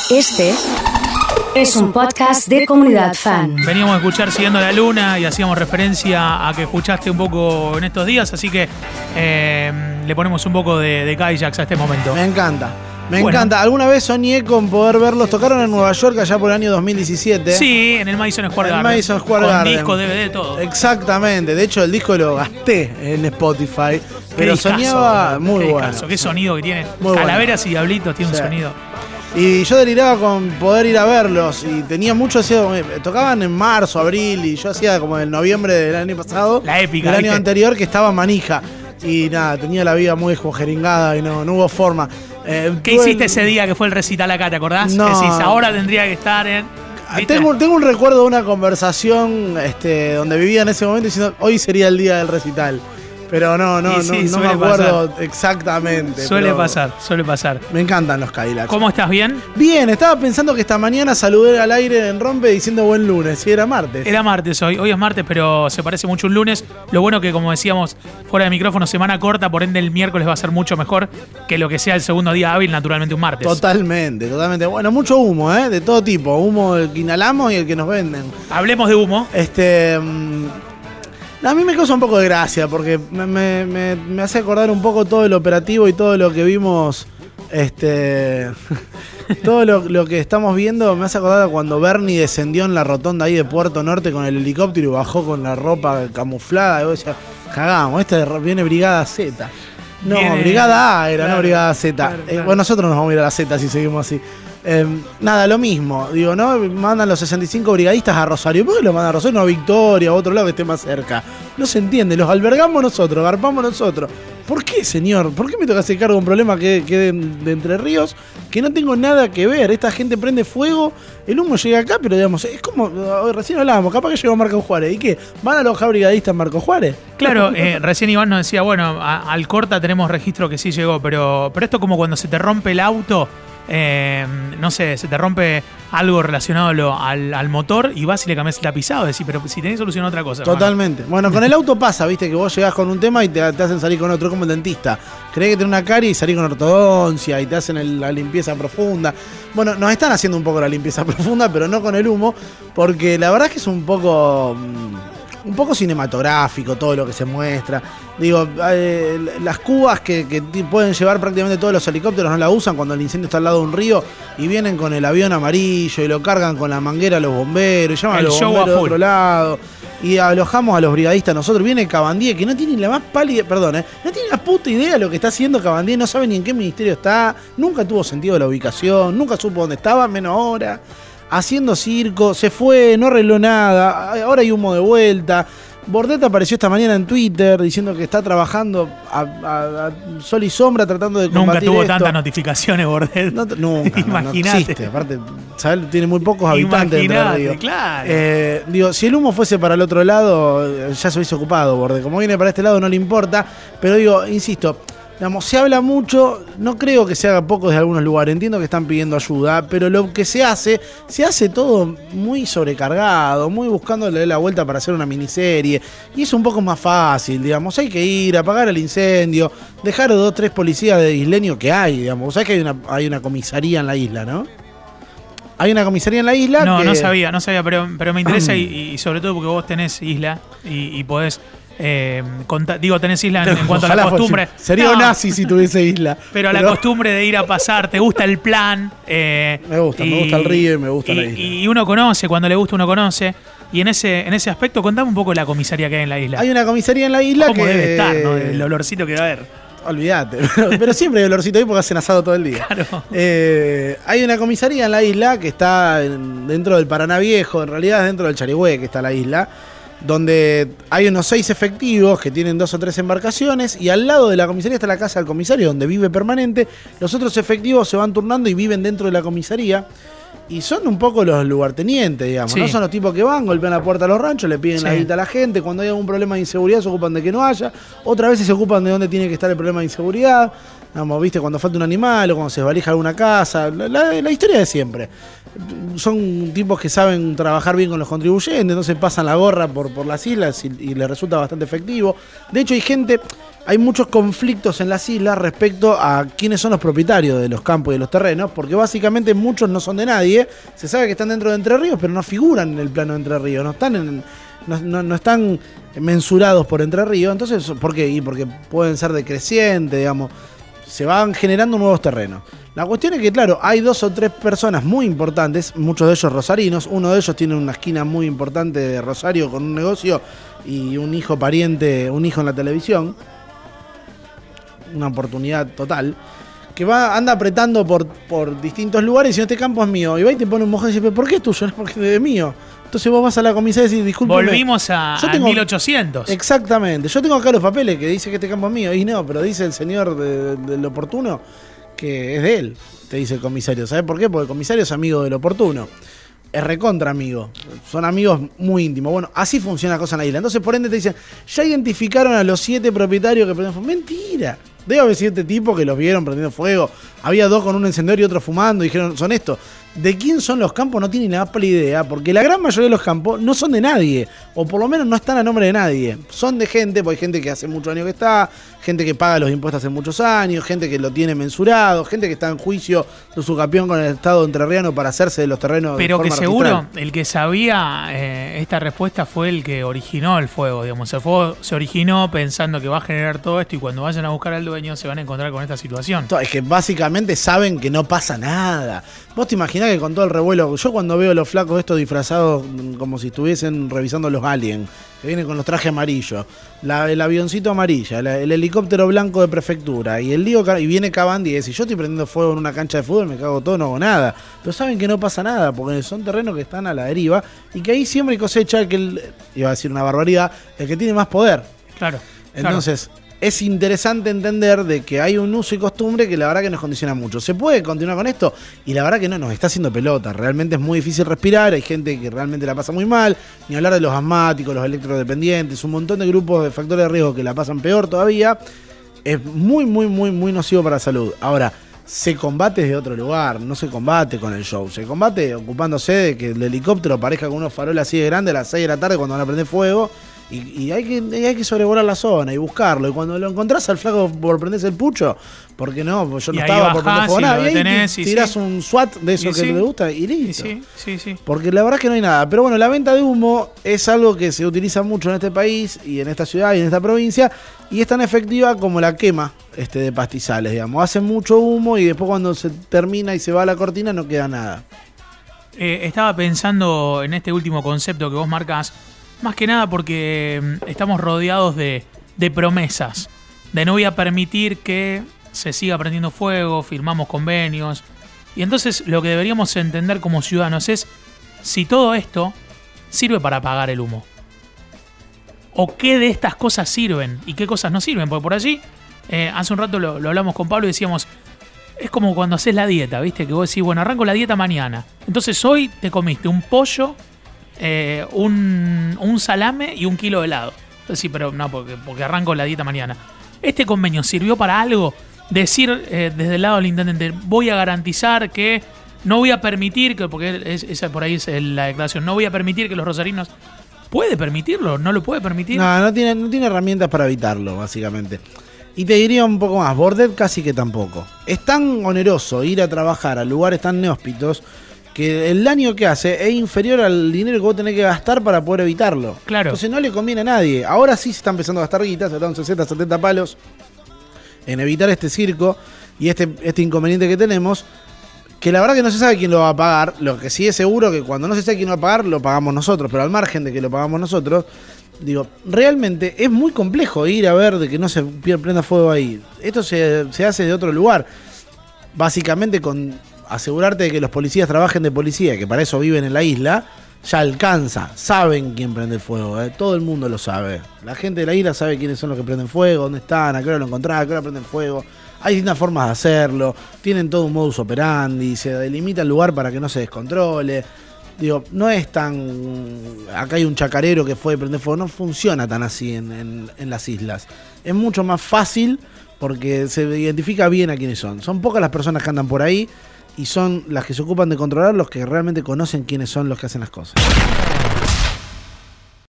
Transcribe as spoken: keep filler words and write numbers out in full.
Este es un podcast de Comunidad Fan. Veníamos a escuchar Siguiendo la Luna y hacíamos referencia a que escuchaste un poco en estos días, así que eh, le ponemos un poco de, de Kayaks a este momento. Me encanta. Me bueno. encanta. Alguna vez soñé con poder verlos. Tocaron en Nueva York allá por el año dos mil diecisiete. Sí, en el Madison Square Garden. El Madison Square con Garden. disco, D V D, todo. Exactamente. De hecho, el disco lo gasté en Spotify. Pero discazo, soñaba qué muy discazo, bueno. Qué sonido que tiene. Muy Calaveras bueno. Y Diablitos tiene Sí. un sonido. Y yo deliraba con poder ir a verlos. Y tenía mucho deseo. Tocaban en marzo, abril. Y yo hacía como en noviembre del año pasado. La épica. El ¿viste? año anterior que estaba manija. Y nada, tenía la vida muy escogeringada y no, no hubo forma. Eh, ¿Qué hiciste el... ese día que fue el recital acá? ¿Te acordás? No. Que decís, ahora tendría que estar en... Tengo, tengo un recuerdo de una conversación este, donde vivía en ese momento diciendo hoy sería el día del recital. Pero no, no, sí, no, no me acuerdo pasar. exactamente. Suele pasar, suele pasar. Me encantan los Cadillacs. ¿Cómo estás? ¿Bien? Bien, estaba pensando que esta mañana saludé al aire en Rompe diciendo buen lunes, y era martes. Era martes hoy, hoy es martes, pero se parece mucho un lunes. Lo bueno que, como decíamos, fuera de micrófono, semana corta, por ende el miércoles va a ser mucho mejor que lo que sea el segundo día hábil, naturalmente un martes. Totalmente, totalmente. Bueno, mucho humo, ¿eh? De todo tipo. Humo el que inhalamos y el que nos venden. Hablemos de humo. Este... Mmm, A mí me causa un poco de gracia porque me, me, me, me hace acordar un poco todo el operativo y todo lo que vimos, este, todo lo, lo que estamos viendo me hace acordar a cuando Bernie descendió en la rotonda ahí de Puerto Norte con el helicóptero y bajó con la ropa camuflada. Y vos decías, cagamos, este viene Brigada Z. No, viene, Brigada A era, claro, no Brigada Z. Claro, claro. Eh, bueno, nosotros nos vamos a ir a la Z si seguimos así. Eh, nada, lo mismo. Digo, ¿no? Mandan los sesenta y cinco brigadistas a Rosario. ¿Por qué lo mandan a Rosario? No a Victoria, a otro lado que esté más cerca. No se entiende. Los albergamos nosotros, garpamos nosotros. ¿Por qué, señor? ¿Por qué me toca hacer cargo de un problema que, que de, de Entre Ríos que no tengo nada que ver? Esta gente prende fuego, el humo llega acá, pero digamos, es como, recién hablábamos, capaz que llegó Marco Juárez. ¿Y qué? ¿Van a alojar brigadistas en Marco Juárez? Claro, eh, recién Iván nos decía, bueno, a, al Corta tenemos registro que sí llegó, pero, pero esto es como cuando se te rompe el auto. Eh, no sé, se te rompe algo relacionado lo, al, al motor y vas y le cambias el tapizado, decís, pero si tenés solución a otra cosa. Totalmente. Hermano. Bueno, con el auto pasa, viste, que vos llegás con un tema y te, te hacen salir con otro, como el dentista. Creés que tenés una carie y salís con ortodoncia y te hacen el, la limpieza profunda. Bueno, nos están haciendo un poco la limpieza profunda, pero no con el humo, porque la verdad es que es un poco... un poco cinematográfico todo lo que se muestra. Digo, eh, las cubas que, que pueden llevar prácticamente todos los helicópteros no la usan cuando el incendio está al lado de un río y vienen con el avión amarillo y lo cargan con la manguera a los bomberos y llaman el a los bomberos de otro lado y alojamos a los brigadistas nosotros. Viene Cabandier, que no tiene la más pálida, perdón, eh, no tiene la puta idea de lo que está haciendo Cabandier, no sabe ni en qué ministerio está, nunca tuvo sentido de la ubicación, nunca supo dónde estaba, menos ahora. Haciendo circo, se fue, no arregló nada, ahora hay humo de vuelta. Bordet apareció esta mañana en Twitter diciendo que está trabajando a, a, a sol y sombra tratando de combatir Nunca tuvo esto. tantas notificaciones, Bordet. No, nunca, Imagínate. No, no existe. Aparte, ¿sabes? Tiene muy pocos habitantes. Imagínate, dentro de claro. Eh, digo, si el humo fuese para el otro lado, ya se hubiese ocupado, Bordet. Como viene para este lado no le importa, pero digo, insisto, digamos, se habla mucho, no creo que se haga poco desde algunos lugares, entiendo que están pidiendo ayuda, pero lo que se hace, se hace todo muy sobrecargado, muy buscándole la vuelta para hacer una miniserie, y es un poco más fácil, digamos, hay que ir, apagar el incendio, dejar a dos, tres policías de isleño que hay, digamos, sabés que hay una, hay una comisaría en la isla, ¿no? Hay una comisaría en la isla. No, que... no sabía, no sabía, pero, pero me interesa y, y sobre todo porque vos tenés isla y, y podés... Eh, conta, digo, tenés isla en, en cuanto a la costumbre. Fuese, sería no, un nazi si tuviese isla. Pero, pero la costumbre de ir a pasar, te gusta el plan. Eh, me gusta, y, me gusta el río y me gusta y, la isla. Y uno conoce, cuando le gusta uno conoce. Y en ese, en ese aspecto, contame un poco la comisaría que hay en la isla. Hay una comisaría en la isla ¿Cómo que... debe estar, ¿no? El olorcito que va a haber. Olvídate, pero, pero siempre hay olorcito ahí porque hacen asado todo el día. Claro. Eh, hay una comisaría en la isla que está en, dentro del Paraná Viejo, en realidad es dentro del Charigüe que está la isla, donde hay unos seis efectivos que tienen dos o tres embarcaciones y al lado de la comisaría está la casa del comisario donde vive permanente. Los otros efectivos se van turnando y viven dentro de la comisaría y son un poco los lugartenientes, digamos. Sí. No son los tipos que van, golpean la puerta a los ranchos, le piden sí. la guita a la gente. Cuando hay algún problema de inseguridad se ocupan de que no haya. Otras veces se ocupan de dónde tiene que estar el problema de inseguridad. Vamos, viste, cuando falta un animal o cuando se desvalija alguna casa, la, la, la historia de siempre. Son tipos que saben trabajar bien con los contribuyentes, entonces pasan la gorra por, por las islas y, y les resulta bastante efectivo. De hecho, hay gente, hay muchos conflictos en las islas respecto a quiénes son los propietarios de los campos y de los terrenos, porque básicamente muchos no son de nadie. Se sabe que están dentro de Entre Ríos, pero no figuran en el plano de Entre Ríos, no están en, no, no, no están mensurados por Entre Ríos. Entonces, ¿por qué? Y porque pueden ser decrecientes, digamos. Se van generando nuevos terrenos. La cuestión es que, claro, hay dos o tres personas muy importantes, muchos de ellos rosarinos. Uno de ellos tiene una esquina muy importante de Rosario con un negocio y un hijo pariente, un hijo en la televisión. Una oportunidad total. Que va, anda apretando por, por distintos lugares y dice, este campo es mío. Y va y te pone un mojón y dice, ¿por qué es tuyo? No es porque es mío. Entonces vos vas a la comisaría y decís, discúlpeme. Volvimos a, yo tengo, a mil ochocientos. Exactamente. Yo tengo acá los papeles que dice que este campo es mío. Y no, pero dice el señor de, de, del oportuno que es de él, te dice el comisario. ¿Sabes por qué? Porque el comisario es amigo del oportuno. Es recontra amigo. Son amigos muy íntimos. Bueno, así funciona la cosa en la isla. Entonces, por ende, te dicen, ya identificaron a los siete propietarios que prenden fuego. Mentira. Debe haber siete tipos que los vieron prendiendo fuego. Había dos con un encendedor y otro fumando. Y dijeron, son estos. ¿De quién son los campos? No tienen ni la más idea. Porque la gran mayoría de los campos no son de nadie. O por lo menos no están a nombre de nadie. Son de gente, porque hay gente que hace muchos años que está. Gente que paga los impuestos hace muchos años. Gente que lo tiene mensurado. Gente que está en juicio de su campeón con el Estado entrerriano para hacerse de los terrenos. Pero de que forma seguro registral. el que sabía eh, esta respuesta fue el que originó el fuego. Digamos, el fuego se originó pensando que va a generar todo esto y cuando vayan a buscar al dueño se van a encontrar con esta situación. Es que básicamente saben que no pasa nada. Vos te imaginás que con todo el revuelo, yo cuando veo a los flacos estos disfrazados como si estuviesen revisando los aliens, que vienen con los trajes amarillos, la, el avioncito amarilla, la, el helicóptero blanco de prefectura y el lío, y viene Cavandi y dice, yo estoy prendiendo fuego en una cancha de fútbol, me cago todo, no hago nada. Pero saben que no pasa nada, porque son terrenos que están a la deriva y que ahí siempre cosecha el que, el, iba a decir una barbaridad, el que tiene más poder. Claro. Entonces, claro. Es interesante entender de que hay un uso y costumbre que la verdad que nos condiciona mucho. ¿Se puede continuar con esto? Y la verdad que no, nos está haciendo pelota. Realmente es muy difícil respirar, hay gente que realmente la pasa muy mal, ni hablar de los asmáticos, los electrodependientes, un montón de grupos de factores de riesgo que la pasan peor todavía. Es muy, muy, muy, muy nocivo para la salud. Ahora, se combate desde otro lugar, no se combate con el show, se combate ocupándose de que el helicóptero aparezca con unos faroles así de grandes a las seis de la tarde cuando van a prender fuego. Y, y hay que y hay que sobrevolar la zona y buscarlo. Y cuando lo encontrás al flaco por prenderse el pucho, porque no, pues yo no y estaba por prender fuego nada. Y ahí tenés, te, y tirás sí. un SWAT de eso y que sí. te gusta y listo. Y sí, sí, sí. Porque la verdad es que no hay nada. Pero bueno, la venta de humo es algo que se utiliza mucho en este país y en esta ciudad y en esta provincia. Y es tan efectiva como la quema este, de pastizales, digamos. Hace mucho humo y después cuando se termina y se va a la cortina no queda nada. Eh, estaba pensando en este último concepto que vos marcás. Más que nada porque estamos rodeados de, de promesas, de no voy a permitir que se siga prendiendo fuego, firmamos convenios. Y entonces lo que deberíamos entender como ciudadanos es si todo esto sirve para apagar el humo. O qué de estas cosas sirven y qué cosas no sirven. Porque por allí, eh, hace un rato lo, lo hablamos con Pablo y decíamos, es como cuando haces la dieta, ¿viste? Que vos decís, bueno, arranco la dieta mañana. Entonces hoy te comiste un pollo... Eh, un, un salame y un kilo de helado. Entonces sí, pero no, porque, porque arranco la dieta mañana. ¿Este convenio sirvió para algo? Decir eh, desde el lado del intendente, voy a garantizar que no voy a permitir, que porque es, esa por ahí es la declaración, no voy a permitir que los rosarinos... ¿Puede permitirlo? ¿No lo puede permitir? No, no tiene, no tiene herramientas para evitarlo, básicamente. Y te diría un poco más, Bordet casi que tampoco. Es tan oneroso ir a trabajar a lugares tan inhóspitos que el daño que hace es inferior al dinero que vos tenés que gastar para poder evitarlo. Claro. Entonces no le conviene a nadie. Ahora sí se está empezando a gastar guitas, se están sesenta, setenta palos en evitar este circo y este, este inconveniente que tenemos, que la verdad que no se sabe quién lo va a pagar. Lo que sí es seguro que cuando no se sabe quién lo va a pagar, lo pagamos nosotros, pero al margen de que lo pagamos nosotros, digo, realmente es muy complejo ir a ver de que no se prenda fuego ahí. Esto se, se hace de otro lugar. Básicamente con... asegurarte de que los policías trabajen de policía, que para eso viven en la isla, ya alcanza. Saben quién prende el fuego, ¿eh? Todo el mundo lo sabe. La gente de la isla sabe quiénes son los que prenden fuego, dónde están, a qué hora lo encontrás, a qué hora prenden fuego. Hay distintas formas de hacerlo, tienen todo un modus operandi, se delimita el lugar para que no se descontrole. Digo, no es tan... Acá hay un chacarero que fue de prender fuego. No funciona tan así en, en, en las islas. Es mucho más fácil porque se identifica bien a quiénes son. Son pocas las personas que andan por ahí y son las que se ocupan de controlar los que realmente conocen quiénes son los que hacen las cosas.